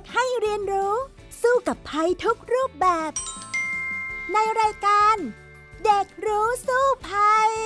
กให้เรียนรู้สู้กับภัยทุกรูปแบบในรายการเด็กรู้สู้ภัย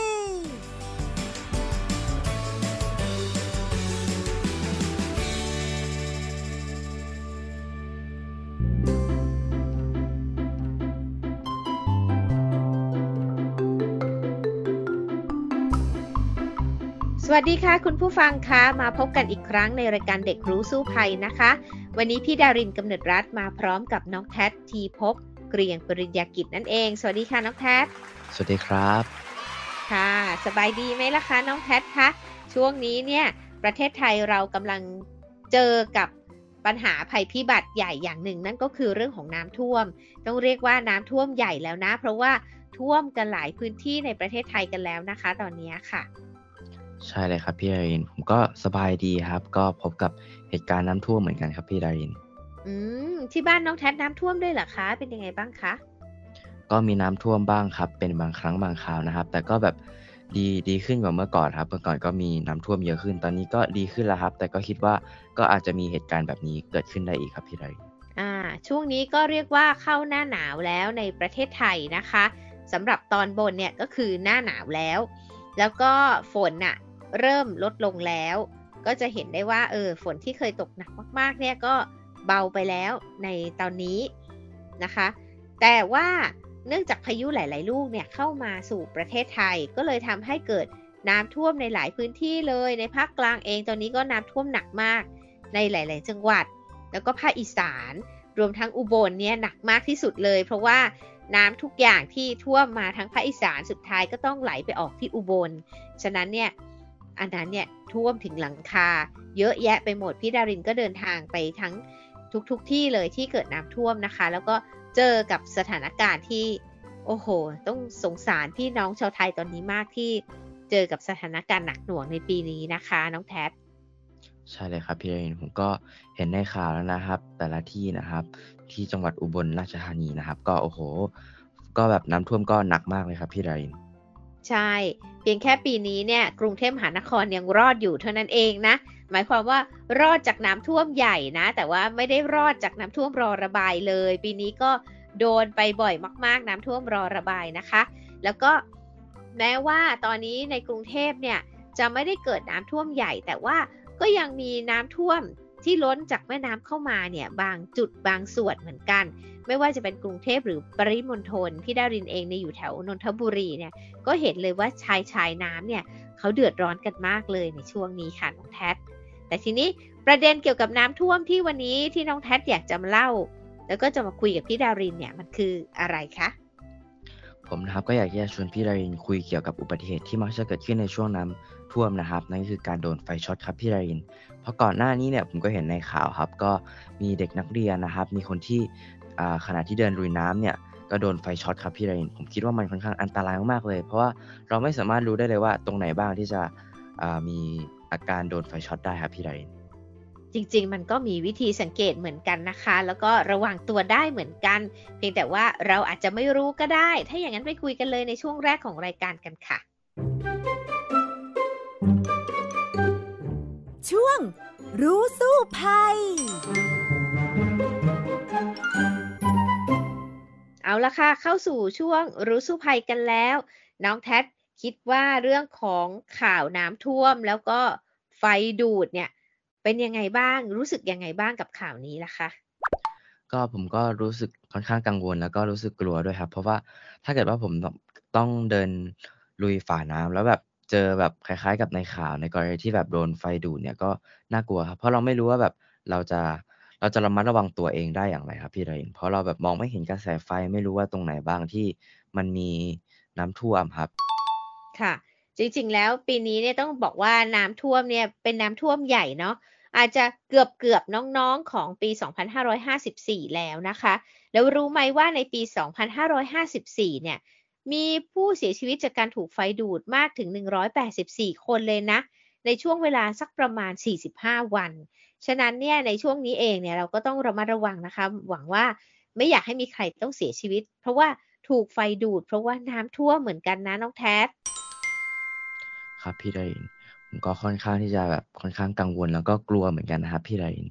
สวัสดีค่ะคุณผู้ฟังคะมาพบกันอีกครั้งในรายการเด็กรู้สู้ภัยนะคะวันนี้พี่ดารินกำเนิดรัตน์มาพร้อมกับน้องแทดทีภพเกรียงปริญญากิจนั่นเองสวัสดีค่ะน้องแทดสวัสดีครับค่ะสบายดีไหมล่ะคะน้องแทดคะช่วงนี้เนี่ยประเทศไทยเรากำลังเจอกับปัญหาภัยพิบัติใหญ่อย่างหนึ่งนั่นก็คือเรื่องของน้ำท่วมต้องเรียกว่าน้ำท่วมใหญ่แล้วนะเพราะว่าท่วมกันหลายพื้นที่ในประเทศไทยกันแล้วนะคะตอนนี้ค่ะใช่เลยครับพี่ดารินผมก็สบายดีครับก็พบกับเหตุการณ์น้ำท่วมเหมือนกันครับพี่ดารินที่บ้านน้องแทดน้ำท่วมด้วยเหรอคะเป็นยังไงบ้างคะก็มีน้ำท่วมบ้างครับเป็นบางครั้งบางคราวนะครับแต่ก็แบบดีขึ้นกว่าเมื่อก่อนครับเมื่อก่อนก็มีน้ำท่วมเยอะขึ้นตอนนี้ก็ดีขึ้นแล้วครับแต่ก็คิดว่าก็อาจจะมีเหตุการณ์แบบนี้เกิดขึ้นได้อีกครับพี่ดารินช่วงนี้ก็เรียกว่าเข้าหน้าหนาวแล้วในประเทศไทยนะคะสำหรับตอนบนเนี่ยก็คือหน้าหนาวแล้วก็ฝนน่ะเริ่มลดลงแล้วก็จะเห็นได้ว่าฝนที่เคยตกหนักมากๆเนี่ยก็เบาไปแล้วในตอนนี้นะคะแต่ว่าเนื่องจากพายุหลายๆลูกเนี่ยเข้ามาสู่ประเทศไทยก็เลยทำให้เกิดน้ำท่วมในหลายพื้นที่เลยในภาคกลางเองตอนนี้ก็น้ำท่วมหนักมากในหลายๆจังหวัดแล้วก็ภาคอีสานรวมทั้งอุบลเนี่ยหนักมากที่สุดเลยเพราะว่าน้ำทุกอย่างที่ท่วมมาทั้งภาคอีสานสุดท้ายก็ต้องไหลไปออกที่อุบลฉะนั้นเนี่ยอันนั้นเนี่ยท่วมถึงหลังคาเยอะแยะไปหมดพี่ดารินก็เดินทางไปทั้งทุกที่เลยที่เกิดน้ำท่วมนะคะแล้วก็เจอกับสถานการณ์ที่โอ้โหต้องสงสารพี่น้องชาวไทยตอนนี้มากที่เจอกับสถานการณ์หนักหน่วงในปีนี้นะคะน้องแท็บใช่เลยครับพี่ดารินผมก็เห็นในข่าวแล้วนะครับแต่ละที่นะครับที่จังหวัดอุบลราชธานีนะครับก็โอ้โหก็แบบน้ำท่วมก็หนักมากเลยครับพี่ดารินใช่เพียงแค่ปีนี้เนี่ยกรุงเทพมหานครยังรอดอยู่เท่านั้นเองนะหมายความว่ารอดจากน้ำท่วมใหญ่นะแต่ว่าไม่ได้รอดจากน้ำท่วมรอระบายเลยปีนี้ก็โดนไปบ่อยมากๆน้ำท่วมรอระบายนะคะแล้วก็แม้ว่าตอนนี้ในกรุงเทพเนี่ยจะไม่ได้เกิดน้ำท่วมใหญ่แต่ว่าก็ยังมีน้ำท่วมที่ล้นจากแม่น้ำเข้ามาเนี่ยบางจุดบางส่วนเหมือนกันไม่ว่าจะเป็นกรุงเทพหรือปริมณฑลพี่ดารินเองเนี่ยอยู่แถวนนทบุรีเนี่ยก็เห็นเลยว่าชายน้ำเนี่ยเขาเดือดร้อนกันมากเลยในช่วงนี้ค่ะน้องแทดแต่ทีนี้ประเด็นเกี่ยวกับน้ำท่วมที่วันนี้ที่น้องแทดอยากจะมาเล่าแล้วก็จะมาคุยกับพี่ดารินเนี่ยมันคืออะไรคะผมนะครับก็อยากจะชวนพี่ดารินคุยเกี่ยวกับอุบัติเหตุที่มักจะเกิดขึ้นในช่วงน้ำท่วมนะครับนั่นก็คือการโดนไฟช็อตครับพี่ดารินเพราะก่อนหน้านี้เนี่ยผมก็เห็นในข่าวครับก็มีเด็กนักเรียนนะครับมีคนที่ขณะที่เดินลุยน้ำเนี่ยก็โดนไฟช็อตครับพี่ดารินผมคิดว่ามันค่อนข้างอันตรายมากๆเลยเพราะว่าเราไม่สามารถรู้ได้เลยว่าตรงไหนบ้างที่จะมีอาการโดนไฟช็อตได้ครับพี่ดารินจริงๆมันก็มีวิธีสังเกตเหมือนกันนะคะแล้วก็ระวังตัวได้เหมือนกันเพียงแต่ว่าเราอาจจะไม่รู้ก็ได้ถ้าอย่างนั้นไปคุยกันเลยในช่วงแรกของรายการกันค่ะช่วงรู้สู้ภัยเอาละค่ะเข้าสู่ช่วงรู้สู้ภัยกันแล้วน้องแท็คิดว่าเรื่องของข่าวน้ำท่วมแล้วก็ไฟดูดเนี่ยเป็นยังไงบ้างรู้สึกยังไงบ้างกับข่าวนี้ล่ะคะก็ผมก็รู้สึกค่อนข้างกังวลแล้วก็รู้สึกกลัวด้วยครับเพราะว่าถ้าเกิดว่าผมแบบต้องเดินลุยฝ่าน้ำแล้วแบบเจอแบบคล้ายๆกับในข่าวในกรณีที่แบบโดนไฟดูดเนี่ยก็น่ากลัวครับเพราะเราไม่รู้ว่าแบบเราจะเราจะระมัดระวังตัวเองได้อย่างไรครับพี่ Rain เพราะเราแบบมองไม่เห็นกระแสไฟไม่รู้ว่าตรงไหนบ้างที่มันมีน้ำท่วมครับค่ะจริงๆแล้วปีนี้เนี่ยต้องบอกว่าน้ำท่วมเนี่ยเป็นน้ำท่วมใหญ่เนาะอาจจะเกือบน้องๆของปี2554แล้วนะคะแล้วรู้ไหมว่าในปี2554เนี่ยมีผู้เสียชีวิตจากการถูกไฟดูดมากถึง184คนเลยนะในช่วงเวลาสักประมาณ45วันฉะนั้นเนี่ยในช่วงนี้เองเนี่ยเราก็ต้องระมัดระวังนะคะหวังว่าไม่อยากให้มีใครต้องเสียชีวิตเพราะว่าถูกไฟดูดเพราะว่าน้ำท่วมเหมือนกันนะน้องแท้ครับพี่ Rain ผมก็ค่อนข้างที่จะแบบค่อนข้างกังวลแล้วก็กลัวเหมือนกันนะครับพี่ Rain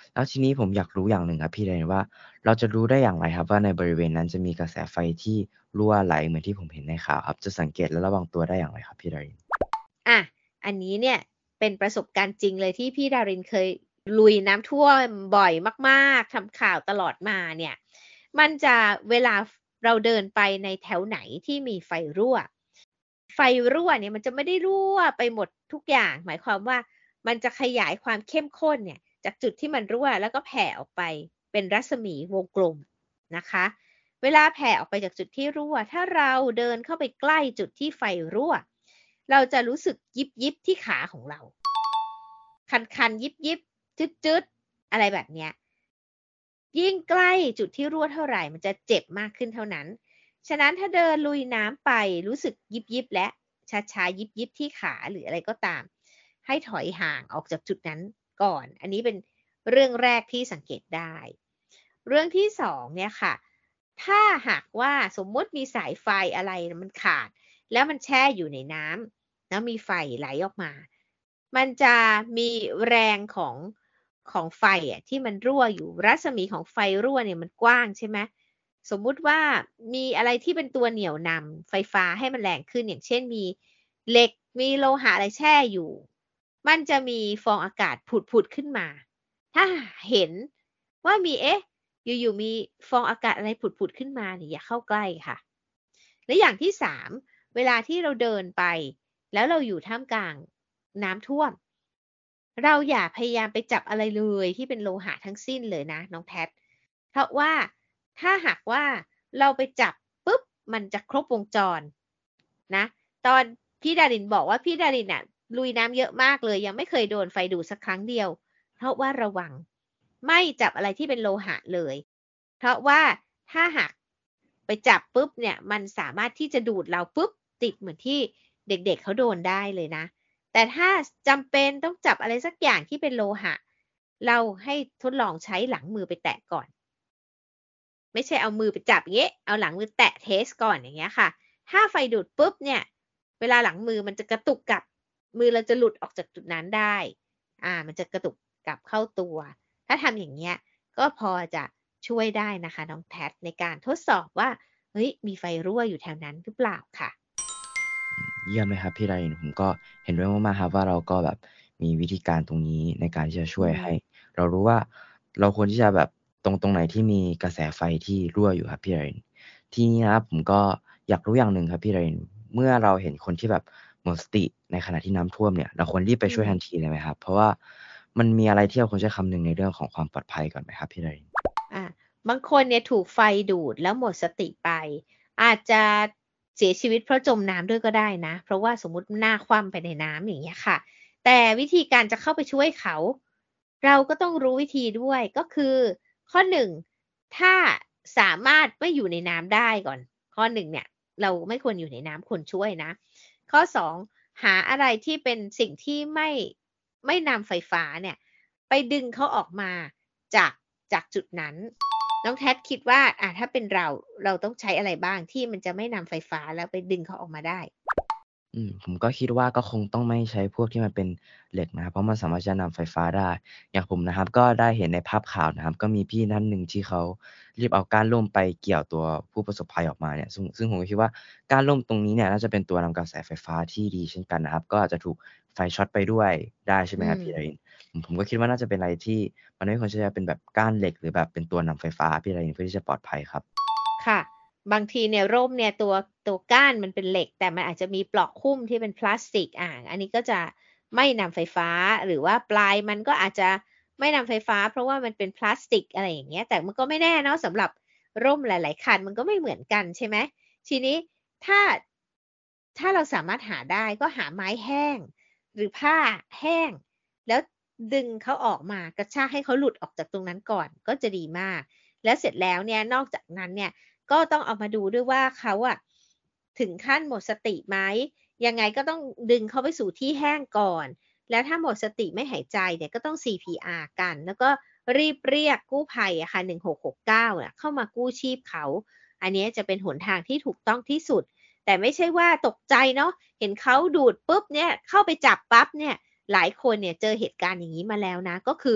แล้วทีนี้ผมอยากรู้อย่างหนึ่งครับพี่ไดรินว่าเราจะรู้ได้อย่างไรครับว่าในบริเวณนั้นจะมีกระแสไฟที่รั่วไหลเหมือนที่ผมเห็นในข่าวครับจะสังเกตและระวังตัวได้อย่างไรครับพี่ไดรินอ่ะอันนี้เนี่ยเป็นประสบการณ์จริงเลยที่พี่ดารินเคยลุยน้ำท่วมบ่อยมากๆทำข่าวตลอดมาเนี่ยมันจะเวลาเราเดินไปในแถวไหนที่มีไฟรั่วเนี่ยมันจะไม่ได้รั่วไปหมดทุกอย่างหมายความว่ามันจะขยายความเข้มข้นเนี่ยจากจุดที่มันรั่วแล้วก็แผ่ออกไปเป็นรัศมีวงกลมนะคะเวลาแผ่ออกไปจากจุดที่รั่วถ้าเราเดินเข้าไปใกล้จุดที่ไฟรั่วเราจะรู้สึกยิบที่ขาของเราคันยิบจึดอะไรแบบเนี้ยยิ่งใกล้จุดที่รั่วเท่าไหร่มันจะเจ็บมากขึ้นเท่านั้นฉะนั้นถ้าเดินลุยน้ำไปรู้สึกยิบและช้ายิบที่ขาหรืออะไรก็ตามให้ถอยห่างออกจากจุดนั้นก่อนอันนี้เป็นเรื่องแรกที่สังเกตได้เรื่องที่สองเนี่ยค่ะถ้าหากว่าสมมุติมีสายไฟอะไรมันขาดแล้วมันแช่อยู่ในน้ำแล้วมีไฟไหลออกมามันจะมีแรงของไฟที่มันรั่วอยู่รัศมีของไฟรั่วเนี่ยมันกว้างใช่ไหมสมมุติว่ามีอะไรที่เป็นตัวเหนี่ยวนำไฟฟ้าให้มันแรงขึ้นอย่างเช่นมีเหล็กมีโลหะอะไรแช่อยู่มันจะมีฟองอากาศผุดขึ้นมาถ้าเห็นว่ามีอยู่ๆมีฟองอากาศอะไรผุดขึ้นมาเนี่ยอย่าเข้าใกล้ค่ะและอย่างที่3เวลาที่เราเดินไปแล้วเราอยู่ท่ามกลางน้ำท่วมเราอย่าพยายามไปจับอะไรเลยที่เป็นโลหะทั้งสิ้นเลยนะน้องแพทเพราะว่าถ้าหากว่าเราไปจับปุ๊บมันจะครบวงจรนะตอนพี่ดารินบอกว่าพี่ดารินน่ะลุยน้ำเยอะมากเลยยังไม่เคยโดนไฟดูดสักครั้งเดียวเพราะว่าระวังไม่จับอะไรที่เป็นโลหะเลยเพราะว่าถ้าหากไปจับปุ๊บเนี่ยมันสามารถที่จะดูดเราปุ๊บติดเหมือนที่เด็กๆเขาโดนได้เลยนะแต่ถ้าจำเป็นต้องจับอะไรสักอย่างที่เป็นโลหะเราให้ทดลองใช้หลังมือไปแตะก่อนไม่ใช่เอามือไปจับอย่างเงี้ยเอาหลังมือแตะเทสก่อนอย่างเงี้ยค่ะถ้าไฟดูดปุ๊บเนี่ยเวลาหลังมือมันจะกระตุกกลับมือเราจะหลุดออกจากจุดนั้นได้มันจะกระตุกกลับเข้าตัวถ้าทำอย่างเงี้ยก็พอจะช่วยได้นะคะน้องแพทในการทดสอบว่าเฮ้ยมีไฟรั่วอยู่แถวนั้นหรือเปล่าค่ะเยี่ยมเลยครับพี่ไดรินผมก็เห็นด้วยมากๆครับว่าเราก็แบบมีวิธีการตรงนี้ในการที่จะช่วยให้เรารู้ว่าเราควรที่จะแบบตรงไหนที่มีกระแสไฟที่รั่วอยู่ครับพี่ไดรินทีนี้นะครับผมก็อยากรู้อย่างหนึ่งครับพี่ไดรินเมื่อเราเห็นคนที่แบบหมดสติในขณะที่น้ำท่วมเนี่ยเราควรรีบไปช่วยทันทีเลยไหมครับเพราะว่ามันมีอะไรที่เราควรจะคำนึงในเรื่องของความปลอดภัยก่อนไหมครับพี่ไดรินบางคนเนี่ยถูกไฟดูดแล้วหมดสติไปอาจจะเสียชีวิตเพราะจมน้ำด้วยก็ได้นะเพราะว่าสมมุติหน้าคว่ำไปในน้ำอย่างเงี้ยค่ะแต่วิธีการจะเข้าไปช่วยเขาเราก็ต้องรู้วิธีด้วยก็คือข้อ1ถ้าสามารถไม่อยู่ในน้ำได้ก่อนข้อ1เนี่ยเราไม่ควรอยู่ในน้ำควรช่วยนะข้อ2หาอะไรที่เป็นสิ่งที่ไม่นำไฟฟ้าเนี่ยไปดึงเขาออกมาจากจุดนั้น น้องแท็คิดว่าถ้าเป็นเราต้องใช้อะไรบ้างที่มันจะไม่นำไฟฟ้าแล้วไปดึงเขาออกมาได้ผมก็คิดว่าก็คงต้องไม่ใช้พวกที่มันเป็นเหล็กนะครับเพราะมันสามารถจะนำไฟฟ้าได้อย่างผมนะครับก็ได้เห็นในภาพข่าวนะครับก็มีพี่ท่านหนึ่งที่เขารีบเอาก้านร่มไปเกี่ยวตัวผู้ประสบภัยออกมาเนี่ยซึ่งผมก็คิดว่าก้านร่มตรงนี้เนี่ยน่าจะเป็นตัวนำกระแสไฟฟ้าที่ดีเช่นกันนะครับก็อาจจะถูกไฟช็อตไปด้วยได้ใช่ไหมครับพี่ไดรินผมก็คิดว่าน่าจะเป็นอะไรที่มันไม่ควรที่จะเป็นแบบก้านเหล็กหรือแบบเป็นตัวนำไฟฟ้าพี่ไดรินเพื่อที่จะปลอดภัยครับค่ะบางทีเนี่ยร่มเนี่ยตัวก้านมันเป็นเหล็กแต่มันอาจจะมีปลอกหุ้มที่เป็นพลาสติกอันนี้ก็จะไม่นำไฟฟ้าหรือว่าปลายมันก็อาจจะไม่นำไฟฟ้าเพราะว่ามันเป็นพลาสติกอะไรอย่างเงี้ยแต่มันก็ไม่แน่เนาะสำหรับร่มหลายๆคันมันก็ไม่เหมือนกันใช่ไหมทีนี้ถ้าเราสามารถหาได้ก็หาไม้แห้งหรือผ้าแห้งแล้วดึงเขาออกมากระชากให้เขาหลุดออกจากตรงนั้นก่อนก็จะดีมากแล้วเสร็จแล้วเนี่ยนอกจากนั้นเนี่ยก็ต้องเอามาดูด้วยว่าเขาถึงขั้นหมดสติไหมยังไงก็ต้องดึงเขาไปสู่ที่แห้งก่อนแล้วถ้าหมดสติไม่หายใจเนี่ยก็ต้อง CPR กันแล้วก็รีบเรียกกู้ภัยค่ะ1669เข้ามากู้ชีพเขาอันนี้จะเป็นหนทางที่ถูกต้องที่สุดแต่ไม่ใช่ว่าตกใจเนาะเห็นเขาดูดปุ๊บเนี่ยเข้าไปจับปั๊บเนี่ยหลายคนเนี่ยเจอเหตุการณ์อย่างนี้มาแล้วนะก็คือ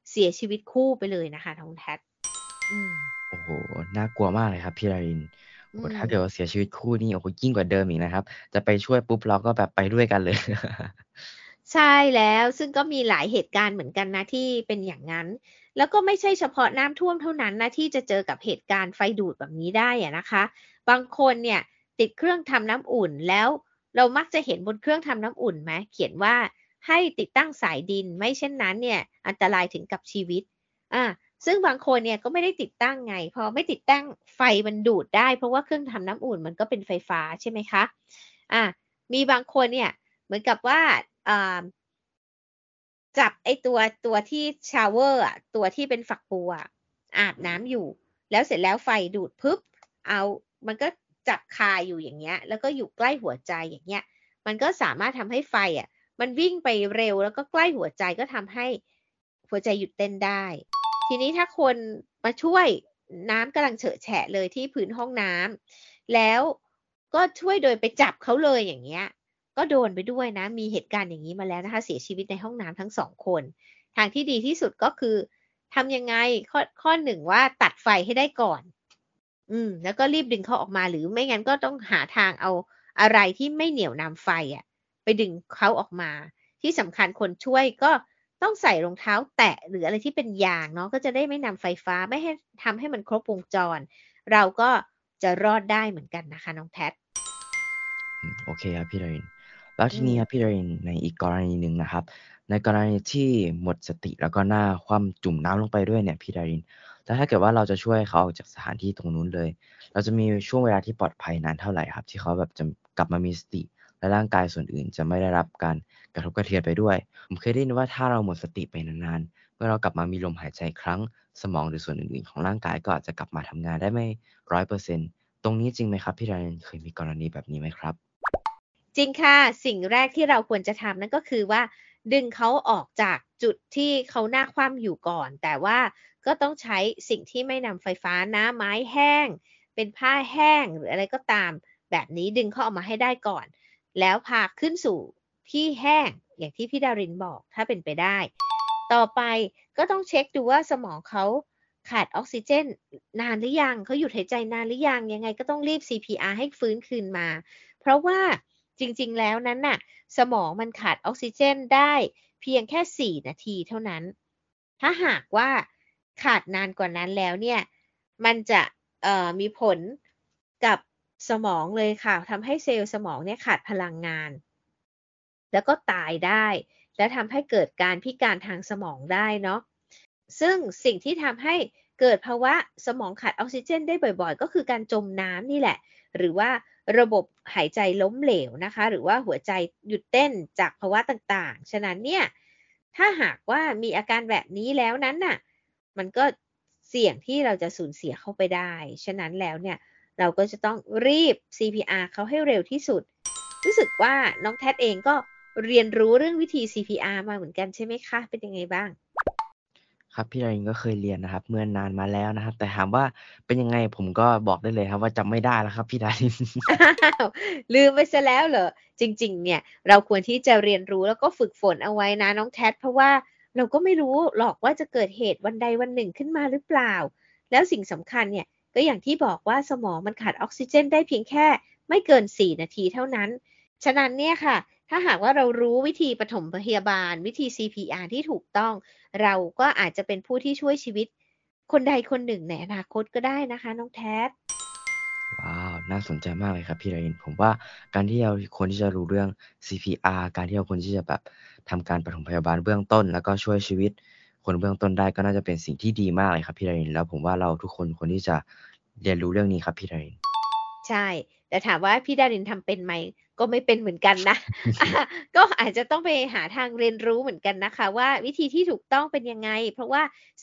เสียชีวิตคู่ไปเลยนะคะน้องแท็อืมโอ้โหน่ากลัวมากเลยครับพี่ดารินโอ้อืโฮถ้าเกิดว่ามเสียชีวิตคู่นี่โอ้โฮยิ่งกว่าเดิมอีกนะครับจะไปช่วยปุ๊บเราก็แบบไปด้วยกันเลยใช่แล้วซึ่งก็มีหลายเหตุการณ์เหมือนกันนะที่เป็นอย่างนั้นแล้วก็ไม่ใช่เฉพาะน้ำท่วมเท่านั้นนะที่จะเจอกับเหตุการณ์ไฟดูดแบบนี้ได้อะนะคะบางคนเนี่ยติดเครื่องทำน้ำอุ่นแล้วเรามักจะเห็นบนเครื่องทำน้ำอุ่นไหมเขียนว่าให้ติดตั้งสายดินไม่เช่นนั้นเนี่ยอันตรายถึงกับชีวิตอาซึ่งบางคนเนี่ยก็ไม่ได้ติดตั้งไงพอไม่ติดตั้งไฟมันดูดได้เพราะว่าเครื่องทำน้ำอุ่นมันก็เป็นไฟฟ้าใช่ไหมคะอามีบางคนเนี่ยเหมือนกับว่าอ่า จับไอ้ตัวที่ชาวเวอร์อะตัวที่เป็นฝักบัวอะอาบน้ำอยู่แล้วเสร็จแล้วไฟดูดปุ๊บเอามันก็จับคาอยู่อย่างเงี้ยแล้วก็อยู่ใกล้หัวใจอย่างเงี้ยมันก็สามารถทำให้ไฟอะมันวิ่งไปเร็วแล้วก็ใกล้หัวใจก็ทำให้หัวใจหยุดเต้นได้ทีนี้ถ้าคนมาช่วยน้ำกำลังเฉอะแฉะเลยที่พื้นห้องน้ำแล้วก็ช่วยโดยไปจับเขาเลยอย่างเงี้ย ก็โดนไปด้วยนะมีเหตุการณ์อย่างงี้มาแล้วนะคะเสียชีวิตในห้องน้ำทั้ง2คนทางที่ดีที่สุดก็คือทำยังไงข้อ1ว่าตัดไฟให้ได้ก่อนแล้วก็รีบดึงเขาออกมาหรือไม่งั้นก็ต้องหาทางเอาอะไรที่ไม่เหนี่ยวนำไฟอะไปดึงเขาออกมาที่สำคัญคนช่วยก็ต้องใส่รองเท้าแตะหรืออะไรที่เป็นยางเนาะก็จะได้ไม่นำไฟฟ้าไม่ให้ทำให้มันครบวงจรเราก็จะรอดได้เหมือนกันนะคะน้อง Pat โอเคครับพี่ดารินแล้วอืทีนี้ครับมพี่ดารินในอีกกรณีหนึ่งนะครับในกรณีที่หมดสติแล้วก็หน้าคว่ำจุ่มน้ำลงไปด้วยเนี่ยพี่ดารินแล้วถ้าเกิดว่าเราจะช่วยเขาออกจากสถานที่ตรงนู้นเลยเราจะมีช่วงเวลาที่ปลอดภัยนานเท่าไรครับที่เขาแบบจะกลับมามีสติและร่างกายส่วนอื่นจะไม่ได้รับการกระทบกระเทือนไปด้วยผมเคยได้ยินว่าถ้าเราหมดสติไปนานๆเมื่อเรากลับมามีลมหายใจอีกครั้งสมองหรือส่วนอื่นๆของร่างกายก็อาจจะกลับมาทำงานได้ไม่100%ตรงนี้จริงไหมครับพี่ดารินเคยมีกรณีแบบนี้ไหมครับจริงค่ะสิ่งแรกที่เราควรจะทำนั่นก็คือว่าดึงเขาออกจากจุดที่เขาหน้าคว่ำอยู่ก่อนแต่ว่าก็ต้องใช้สิ่งที่ไม่นำไฟฟ้านะไม้แห้งเป็นผ้าแห้งหรืออะไรก็ตามแบบนี้ดึงเขาออกมาให้ได้ก่อนแล้วพาขึ้นสู่ที่แห้งอย่างที่พี่ดารินบอกถ้าเป็นไปได้ต่อไปก็ต้องเช็กดูว่าสมองเขาขาดออกซิเจนนานหรือยังเขาหยุดหายใจนานหรือยังยังไงก็ต้องรีบ CPR ให้ฟื้นคืนมา เพราะว่าจริงๆ แล้วนั้นน่ะสมองมันขาดออกซิเจนได้เพียงแค่4นาทีเท่านั้น ถ้าหากว่าขาดนานกว่านั้นแล้วเนี่ยมันจะมีผลกับสมองเลยค่ะทำให้เซลล์สมองเนี่ยขาดพลังงาน แล้วก็ตายได้และทำให้เกิดการพิการทางสมองได้เนาะซึ่งสิ่งที่ทำให้เกิดภาวะสมองขาดออกซิเจนได้บ่อยๆก็คือการจมน้ำนี่แหละหรือว่าระบบหายใจล้มเหลวนะคะหรือว่าหัวใจหยุดเต้นจากภาวะต่างๆฉะนั้นเนี่ยถ้าหากว่ามีอาการแบบนี้แล้วนั้นน่ะมันก็เสี่ยงที่เราจะสูญเสียเขาไปได้ฉะนั้นแล้วเนี่ยเราก็จะต้องรีบ CPR เขาให้เร็วที่สุด รู้สึกว่าน้องแท็เองก็เรียนรู้เรื่องวิธี CPR มาเหมือนกันใช่ไหมคะ เป็นยังไงบ้างครับพี่ดารินก็เคยเรียนนะครับเมื่อนานมาแล้วนะครับแต่ถามว่าเป็นยังไงผมก็บอกได้เลยครับว่าจำไม่ได้แล้วครับพี่ดารินอ้าวลืมไปเสียแล้วเหรอจริงๆเนี่ยเราควรที่จะเรียนรู้แล้วก็ฝึกฝนเอาไว้นะน้องแ a t เพราะว่าเราก็ไม่รู้หรอกว่าจะเกิดเหตุวันใดวันหนึ่งขึ้นมาหรือเปล่าแล้วสิ่งสำคัญเนี่ยก็อย่างที่บอกว่าสมองมันขาดออกซิเจนได้เพียงแค่ไม่เกิน4นาทีเท่านั้นฉะนั้นเนี่ยค่ะถ้าหากว่าเรารู้วิธีปฐมพยาบาลวิธี CPR ที่ถูกต้องเราก็อาจจะเป็นผู้ที่ช่วยชีวิตคนใดคนหนึ่งในอนาคตก็ได้นะคะน้องแ a t ว้าวน่าสนใจมากเลยครับพี่ดารินผมว่าการที่เราควรที่จะรู้เรื่อง CPR การที่เราควรที่จะแบบทำการปฐมพยาบาลเบื้องต้นแล้วก็ช่วยชีวิตคนเบื้องต้นได้ก็น่าจะเป็นสิ่งที่ดีมากเลยครับพี่ดารินแล้วผมว่าเราทุกคนควรที่จะเรียนรู้เรื่องนี้ครับพี่ดารินใช่ แต่ถามว่าพี่ดารินทำเป็นไหม ก็ไม่เป็นเหมือนกันนะก็อาจจะต้องไปหาทางเรียนรู้เหมือนกันนะคะว่าวิธีที่ถูกต้องเป็นยังไง เพราะว่า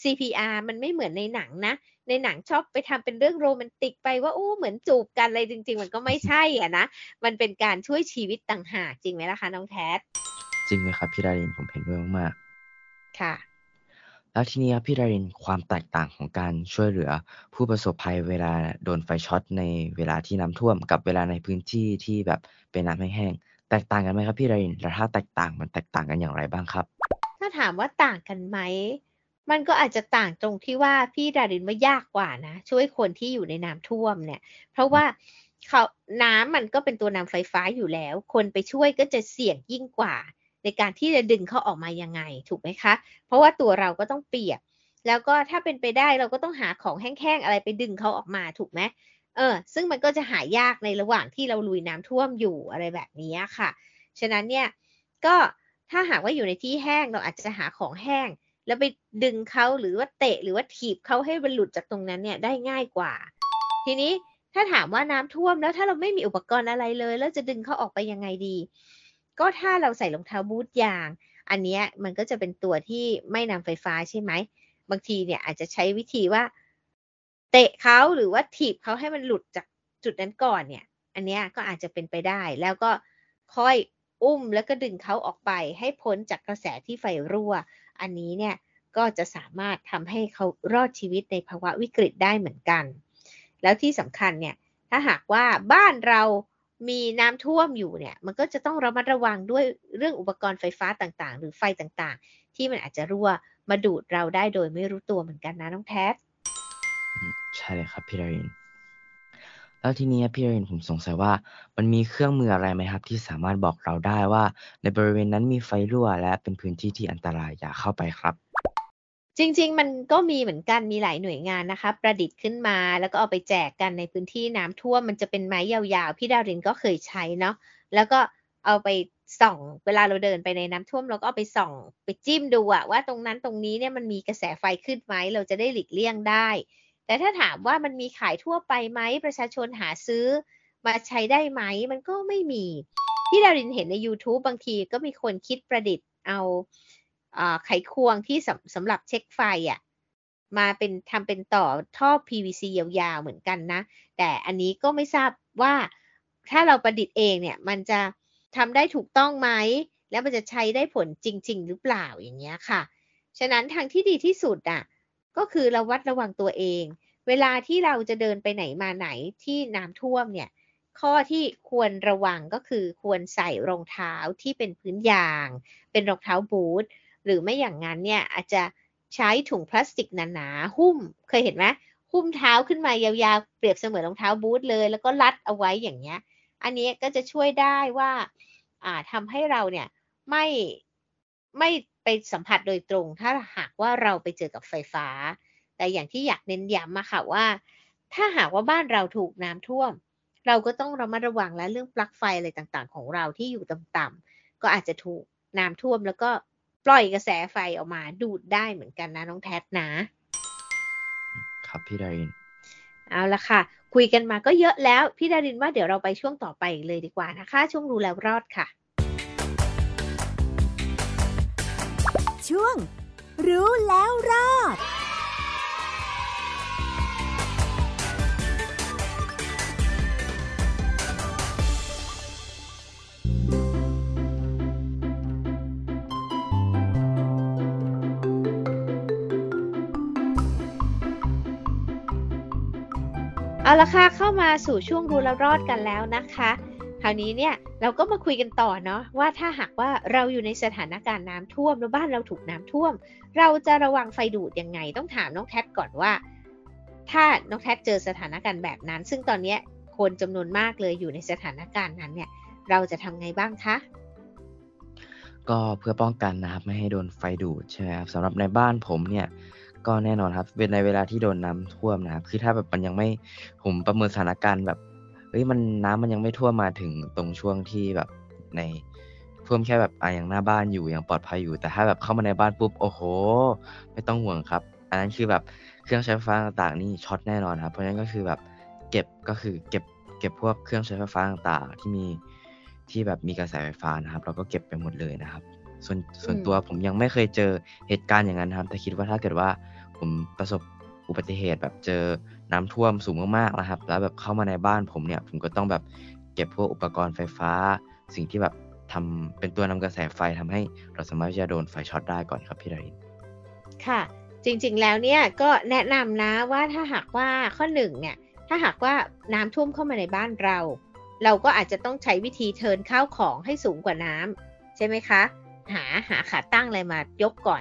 CPR มันไม่เหมือนในหนังนะ ในหนังชอบไปทำเป็นเรื่องโรแมนติกไปว่าเหมือนจูบกันอะไรจริงๆมันก็ไม่ใช่อะนะมันเป็นการช่วยชีวิตต่างหากจริงไหมล่ะคะน้อง Tat จริงไหมครับพี่ดารินผมเห็นด้วยมากๆค่ะแล้วทีนี้ครับพี่ดารินความแตกต่างของการช่วยเหลือผู้ประสบภัยเวลาโดนไฟช็อตในเวลาที่น้ำท่วมกับเวลาในพื้นที่ที่แบบเป็นน้ำแห้งๆแตกต่างกันไหมครับพี่ดารินแล้วถ้าแตกต่างมันแตกต่างกันอย่างไรบ้างครับถ้าถามว่าต่างกันไหมมันก็อาจจะต่างตรงที่ว่าพี่ดารินว่ายากกว่านะช่วยคนที่อยู่ในน้ำท่วมเนี่ยเพราะว่าเขาน้ำมันก็เป็นตัวนำไฟฟ้าอยู่แล้วคนไปช่วยก็จะเสี่ยงยิ่งกว่าในการที่จะดึงเขาออกมายังไงถูกไหมคะเพราะว่าตัวเราก็ต้องเปียกแล้วก็ถ้าเป็นไปได้เราก็ต้องหาของแห้งๆอะไรไปดึงเขาออกมาถูกไหมซึ่งมันก็จะหายากในระหว่างที่เราลุยน้ำท่วมอยู่อะไรแบบนี้ค่ะฉะนั้นเนี่ยก็ถ้าหากว่าอยู่ในที่แห้งเราอาจจะหาของแห้งแล้วไปดึงเขาหรือว่าเตะหรือว่าถีบเขาให้มันหลุดจากตรงนั้นเนี่ยได้ง่ายกว่าทีนี้ถ้าถามว่าน้ำท่วมแล้วถ้าเราไม่มีอุปกรณ์อะไรเลยแล้วจะดึงเขาออกไปยังไงดีก็ถ้าเราใส่รองเท้าบูทยางอันเนี้ยมันก็จะเป็นตัวที่ไม่นำไฟฟ้าใช่ไหมบางทีเนี่ยอาจจะใช้วิธีว่าเตะเขาหรือว่าถีบเขาให้มันหลุดจากจุดนั้นก่อนเนี่ยอันเนี้ยก็อาจจะเป็นไปได้แล้วก็ค่อยอุ้มแล้วก็ดึงเขาออกไปให้พ้นจากกระแสที่ไฟรั่วอันนี้เนี่ยก็จะสามารถทำให้เขารอดชีวิตในภาวะวิกฤตได้เหมือนกันแล้วที่สำคัญเนี่ยถ้าหากว่าบ้านเรามีน้ำท่วมอยู่เนี่ยมันก็จะต้องระมัดระวังด้วยเรื่องอุปกรณ์ไฟฟ้าต่างๆหรือไฟต่างๆที่มันอาจจะรั่วมาดูดเราได้โดยไม่รู้ตัวเหมือนกันนะน้องแท็ใช่เลยครับพี่ดารินแล้วทีนี้พี่ดารินผมสงสัยว่ามันมีเครื่องมืออะไรไหมครับที่สามารถบอกเราได้ว่าในบริเวณนั้นมีไฟรั่วและเป็นพื้นที่ที่อันตรายอย่าเข้าไปครับจริงๆมันก็มีเหมือนกันมีหลายหน่วยงานนะคะประดิษฐ์ขึ้นมาแล้วก็เอาไปแจกกันในพื้นที่น้ำท่วมมันจะเป็นไม้ยาวๆพี่ดารินก็เคยใช้เนาะแล้วก็เอาไปส่องเวลาเราเดินไปในน้ำท่วมเราก็เอาไปส่องไปจิ้มดูอะว่าตรงนั้นตรงนี้เนี่ยมันมีกระแสไฟขึ้นไหมเราจะได้หลีกเลี่ยงได้แต่ถ้าถามว่ามันมีขายทั่วไปไหมประชาชนหาซื้อมาใช้ได้ไหมมันก็ไม่มีพี่ดารินเห็นในยูทูบบางทีก็มีคนคิดประดิษฐ์เอาไขควงที่สำหรับเช็คไฟอะมาเป็นทำเป็นต่อท่อ PVC ยาวๆเหมือนกันนะแต่อันนี้ก็ไม่ทราบว่าถ้าเราประดิษฐ์เองเนี่ยมันจะทำได้ถูกต้องไหมแล้วมันจะใช้ได้ผลจริงๆหรือเปล่าอย่างเงี้ยค่ะฉะนั้นทางที่ดีที่สุดอะก็คือระวัดระวังตัวเองเวลาที่เราจะเดินไปไหนมาไหนที่น้ำท่วมเนี่ยข้อที่ควรระวังก็คือควรใส่รองเท้าที่เป็นพื้นยางเป็นรองเท้าบูท หรือไม่อย่างนั้นเนี่ยอาจจะใช้ถุงพลาสติกหนาๆหุ้มเคยเห็นไหมหุ้มเท้าขึ้นมายาวๆเปรียบเสมือนรองเท้าบูทเลยแล้วก็รัดเอาไว้อย่างเงี้ยอันนี้ก็จะช่วยได้ว่าทำให้เราเนี่ยไม่ไม่ไปสัมผัสโดยตรงถ้าหากว่าเราไปเจอกับไฟฟ้าแต่อย่างที่อยากเน้นย้ำอะค่ะว่าถ้าหากว่าบ้านเราถูกน้ำท่วมเราก็ต้องระมัดระวังและเรื่องปลั๊กไฟอะไรต่างๆของเราที่อยู่ต่ำๆก็อาจจะถูกน้ำท่วมแล้วก็ปล่อยกระแสไฟออกมาดูดได้เหมือนกันนะน้องแท็บนะครับพี่ดารินเอาละค่ะคุยกันมาก็เยอะแล้วพี่ดารินว่าเดี๋ยวเราไปช่วงต่อไปเลยดีกว่านะคะช่วงรู้แล้วรอดค่ะช่วงรู้แล้วรอดเอาละค่ะเข้ามาสู่ช่วงรู้แล้วรอดกันแล้วนะคะคราวนี้เนี่ยเราก็มาคุยกันต่อเนาะว่าถ้าหากว่าเราอยู่ในสถานการณ์น้ำท่วมแล้วบ้านเราถูกน้ำท่วมเราจะระวังไฟดูดยังไงต้องถามน้องแท็บก่อนว่าถ้าน้องแท็บเจอสถานการณ์แบบนั้นซึ่งตอนนี้คนจำนวนมากเลยอยู่ในสถานการณ์นั้นเนี่ยเราจะทำไงบ้างคะก็เพื่อป้องกันนะครับไม่ให้โดนไฟดูดใช่ไหมครับสำหรับในบ้านผมเนี่ยก็แน่นอนครับในเวลาที่โดนน้ำท่วมนะครับคือถ้าแบบมันยังไม่ผมประเมินสถานการณ์แบบเฮ้ยน้ำมันยังไม่ท่วมมาถึงตรงช่วงที่แบบในท่วมแค่แบบอย่างหน้าบ้านอยู่ยังปลอดภัยอยู่แต่ถ้าแบบเข้ามาในบ้านปุ๊บโอ้โหไม่ต้องห่วงครับอันนั้นคือแบบเครื่องใช้ไฟฟ้าต่างๆนี่ช็อตแน่นอนครับเพราะฉะนั้นก็คือแบบเก็บพวกเครื่องใช้ไฟฟ้าต่างๆที่แบบมีกระแสไฟฟ้านะครับเราก็เก็บไปหมดเลยนะครับส่วนตัวผมยังไม่เคยเจอเหตุการณ์อย่างนั้นครับแต่คิดว่าถ้าเกิดว่าผมประสบอุบัติเหตุแบบเจอน้ำท่วมสูงมากๆนะครับแล้วแบบเข้ามาในบ้านผมเนี่ยผมก็ต้องแบบเก็บพวกอุปกรณ์ไฟฟ้าสิ่งที่แบบทำเป็นตัวนำกระแสไฟทำให้เราสามารถที่จะโดนไฟช็อตได้ก่อนครับพี่ดารินค่ะจริงๆแล้วเนี่ยก็แนะนำนะว่าถ้าหากว่าข้อหนึ่งเนี่ยถ้าหากว่าน้ำท่วมเข้ามาในบ้านเราก็อาจจะต้องใช้วิธีเทิร์นข้าวของให้สูงกว่าน้ำใช่ไหมคะหาขาตั้งอะไรมายกก่อน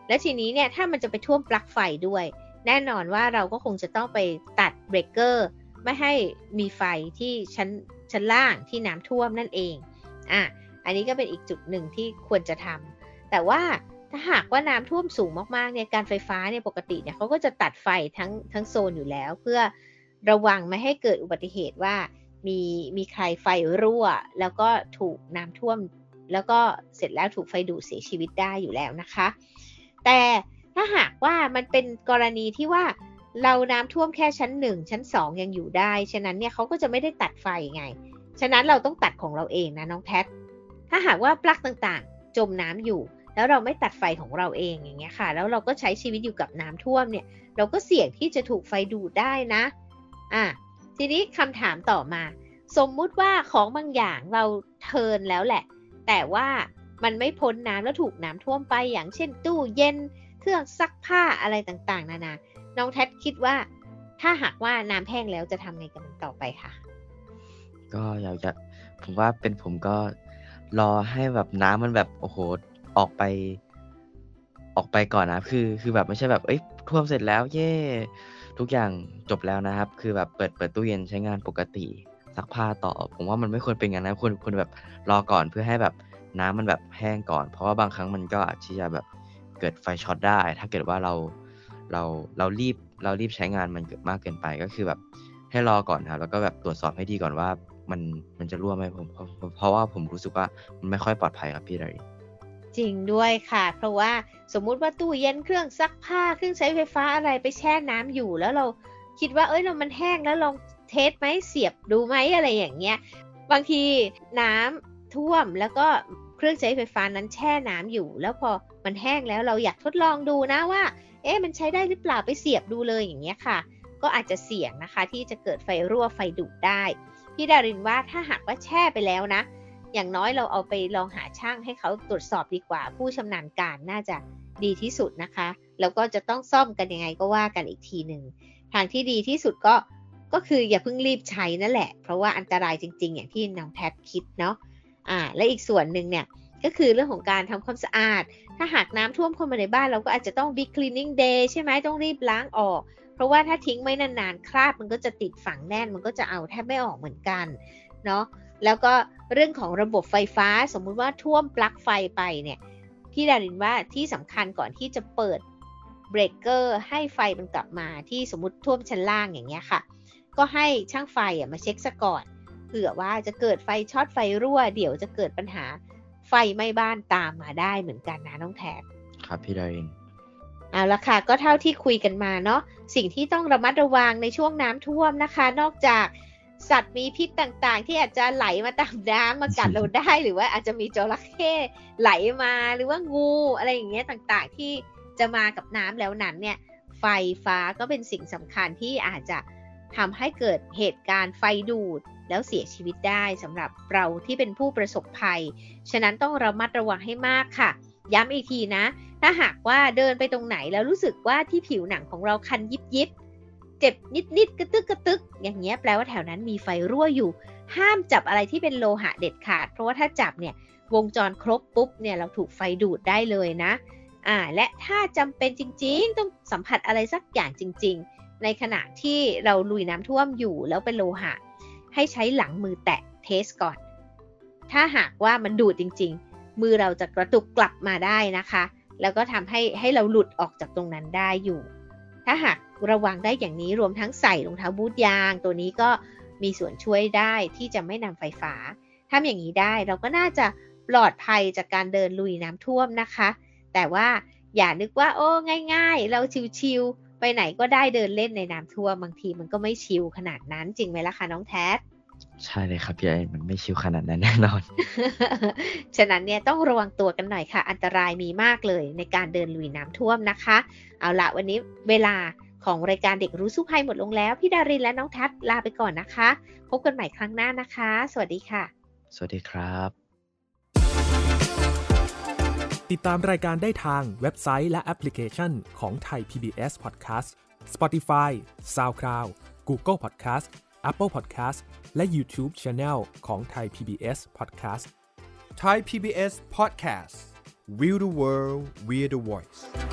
และทีนี้เนี่ยถ้ามันจะไปท่วมปลั๊กไฟด้วยแน่นอนว่าเราก็คงจะต้องไปตัดเบรกเกอร์ไม่ให้มีไฟที่ชั้นล่างที่น้ำท่วมนั่นเองอันนี้ก็เป็นอีกจุดหนึ่งที่ควรจะทำแต่ว่าถ้าหากว่าน้ำท่วมสูงมากๆเนี่ยการไฟฟ้าเนี่ยปกติเนี่ยเขาก็จะตัดไฟทั้งโซนอยู่แล้วเพื่อระวังไม่ให้เกิดอุบัติเหตุว่ามีใครไฟรั่วแล้วก็ถูกน้ำท่วมแล้วก็เสร็จแล้วถูกไฟดูดเสียชีวิตได้อยู่แล้วนะคะแต่ถ้าหากว่ามันเป็นกรณีที่ว่าเราน้ำท่วมแค่ชั้น1ชั้น2ยังอยู่ได้ฉะนั้นเนี่ยเขาก็จะไม่ได้ตัดไฟไงฉะนั้นเราต้องตัดของเราเองนะน้องแพทถ้าหากว่าปลั๊กต่างๆจมน้ำอยู่แล้วเราไม่ตัดไฟของเราเองอย่างเงี้ยค่ะแล้วเราก็ใช้ชีวิตอยู่กับน้ำท่วมเนี่ยเราก็เสี่ยงที่จะถูกไฟดูดได้นะทีนี้คำถามต่อมาสมมุติว่าของบางอย่างเราเทิร์นแล้วแหละแต่ว่ามันไม่พ้นน้ำแล้วถูกน้ำท่วมไปอย่างเช่นตู้เย็นเครื่องซักผ้าอะไรต่างๆนานาน้องแท็ดคิดว่าถ้าหากว่าน้ำแห้งแล้วจะทำไงกับมันต่อไปคะก็อยากจะผมว่าเป็นผมก็รอให้แบบน้ำมันแบบโอ้โหออกไปก่อนนะคือแบบไม่ใช่แบบท่วมเสร็จแล้วเย่ทุกอย่างจบแล้วนะครับคือแบบเปิดตู้เย็นใช้งานปกติซักผ้าต่อผมว่ามันไม่ควรเป็นอย่างนั้นนะควรแบบรอก่อนเพื่อให้แบบน้ำมันแบบแห้งก่อนเพราะว่าบางครั้งมันก็อาจจะแบบเกิดไฟช็อตได้ถ้าเกิดว่าเรารีบใช้งานมันเกิดมากเกินไปก็คือแบบให้รอก่อนครับแล้วก็แบบตรวจสอบให้ดีก่อนว่ามันจะรั่วไหมเพราะว่าผมรู้สึกว่ามันไม่ค่อยปลอดภัยครับพี่ดารินจริงด้วยค่ะเพราะว่าสมมุติว่าตู้เย็นเครื่องซักผ้าเครื่องใช้ไฟฟ้าอะไรไปแช่น้ำอยู่แล้วเราคิดว่าเรามันแห้งแล้วลองเทสไหมเสียบดูไหมอะไรอย่างเงี้ยบางทีน้ำท่วมแล้วก็เครื่องใช้ไฟฟ้านั้นแช่น้ำอยู่แล้วพอมันแห้งแล้วเราอยากทดลองดูนะว่ามันใช้ได้หรือเปล่าไปเสียบดูเลยอย่างเงี้ยค่ะก็อาจจะเสี่ยงนะคะที่จะเกิดไฟรั่วไฟดูดได้พี่ดารินว่าถ้าหากว่าแช่ไปแล้วนะอย่างน้อยเราเอาไปลองหาช่างให้เขาตรวจสอบดีกว่าผู้ชำนาญการน่าจะดีที่สุดนะคะแล้วก็จะต้องซ่อมกันยังไงก็ว่ากันอีกทีหนึ่งทางที่ดีที่สุดก็คืออย่าเพิ่งรีบใช้นั่นแหละเพราะว่าอันตรายจริงๆอย่างที่น้องแพทคิดเนาะและอีกส่วนหนึ่งเนี่ยก็คือเรื่องของการทำความสะอาดถ้าหากน้ำท่วมเข้ามาในบ้านเราก็อาจจะต้อง big cleaning day ใช่ไหมต้องรีบล้างออกเพราะว่าถ้าทิ้งไว้นานๆคราบมันก็จะติดฝังแน่นมันก็จะเอาแทบไม่ออกเหมือนกันเนาะแล้วก็เรื่องของระบบไฟฟ้าสมมุติว่าท่วมปลั๊กไฟไปเนี่ยพี่ดารินว่าที่สำคัญก่อนที่จะเปิดเบรกเกอร์ให้ไฟมันกลับมาที่สมมุติท่วมชั้นล่างอย่างเงี้ยค่ะก็ให้ช่างไฟมาเช็คซะก่อนเผื่อว่าจะเกิดไฟช็อตไฟรั่วเดี๋ยวจะเกิดปัญหาไฟไหม้บ้านตามมาได้เหมือนกันนะน้องแทนครับพี่ดารินเอาละค่ะก็เท่าที่คุยกันมาเนาะสิ่งที่ต้องระมัดระวังในช่วงน้ำท่วมนะคะนอกจากสัตว์มีพิษต่างๆที่อาจจะไหลมาตามน้ำมากัดเราได้ หรือว่าอาจจะมีจระเข้ไหลมาหรือว่างูอะไรอย่างเงี้ยต่างๆที่จะมากับน้ำแล้วนั้นเนี่ยไฟฟ้าก็เป็นสิ่งสำคัญที่อาจจะทำให้เกิดเหตุการณ์ไฟดูดแล้วเสียชีวิตได้สำหรับเราที่เป็นผู้ประสบภัยฉะนั้นต้องระมัดระวังให้มากค่ะย้ำอีกทีนะถ้าหากว่าเดินไปตรงไหนแล้วรู้สึกว่าที่ผิวหนังของเราคันยิบเจ็บนิดๆกระตึกอย่างเงี้ยแปลว่าแถวนั้นมีไฟรั่วอยู่ห้ามจับอะไรที่เป็นโลหะเด็ดขาดเพราะว่าถ้าจับเนี่ยวงจรครบปุ๊บเนี่ยเราถูกไฟดูดได้เลยนะและถ้าจำเป็นจริงๆต้องสัมผัสอะไรสักอย่างจริงๆในขณะที่เราลุยน้ำท่วมอยู่แล้วเป็นโลหะให้ใช้หลังมือแตะเทสก่อนถ้าหากว่ามันดูดจริงๆมือเราจะกระตุกกลับมาได้นะคะแล้วก็ทำให้เราหลุดออกจากตรงนั้นได้อยู่ถ้าหากระวังได้อย่างนี้รวมทั้งใส่รองเท้าบูทยางตัวนี้ก็มีส่วนช่วยได้ที่จะไม่นำไฟฟ้าทำอย่างนี้ได้เราก็น่าจะปลอดภัยจากการเดินลุยน้ำท่วมนะคะแต่ว่าอย่านึกว่าโอ้ง่ายๆเราชิวๆไปไหนก็ได้เดินเล่นในน้ำท่วมบางทีมันก็ไม่ชิวขนาดนั้นจริงไหมล่ะคะน้องแท็ดใช่เลยครับพี่ไอ้มันไม่ชิวขนาดนั้นแน่นอนฉะนั้นเนี่ยต้องระวังตัวกันหน่อยค่ะอันตรายมีมากเลยในการเดินลุยน้ำท่วมนะคะเอาละวันนี้เวลาของรายการเด็กรู้สู้ภัยหมดลงแล้วพี่ดารินและน้องแท็ดลาไปก่อนนะคะพบกันใหม่ครั้งหน้านะคะสวัสดีค่ะสวัสดีครับติดตามรายการได้ทางเว็บไซต์และแอปพลิเคชันของไทย PBS Podcast Spotify SoundCloud Google Podcast Apple Podcast และ YouTube Channel ของ Thai PBS Podcast Thai PBS Podcast We the World We the Voice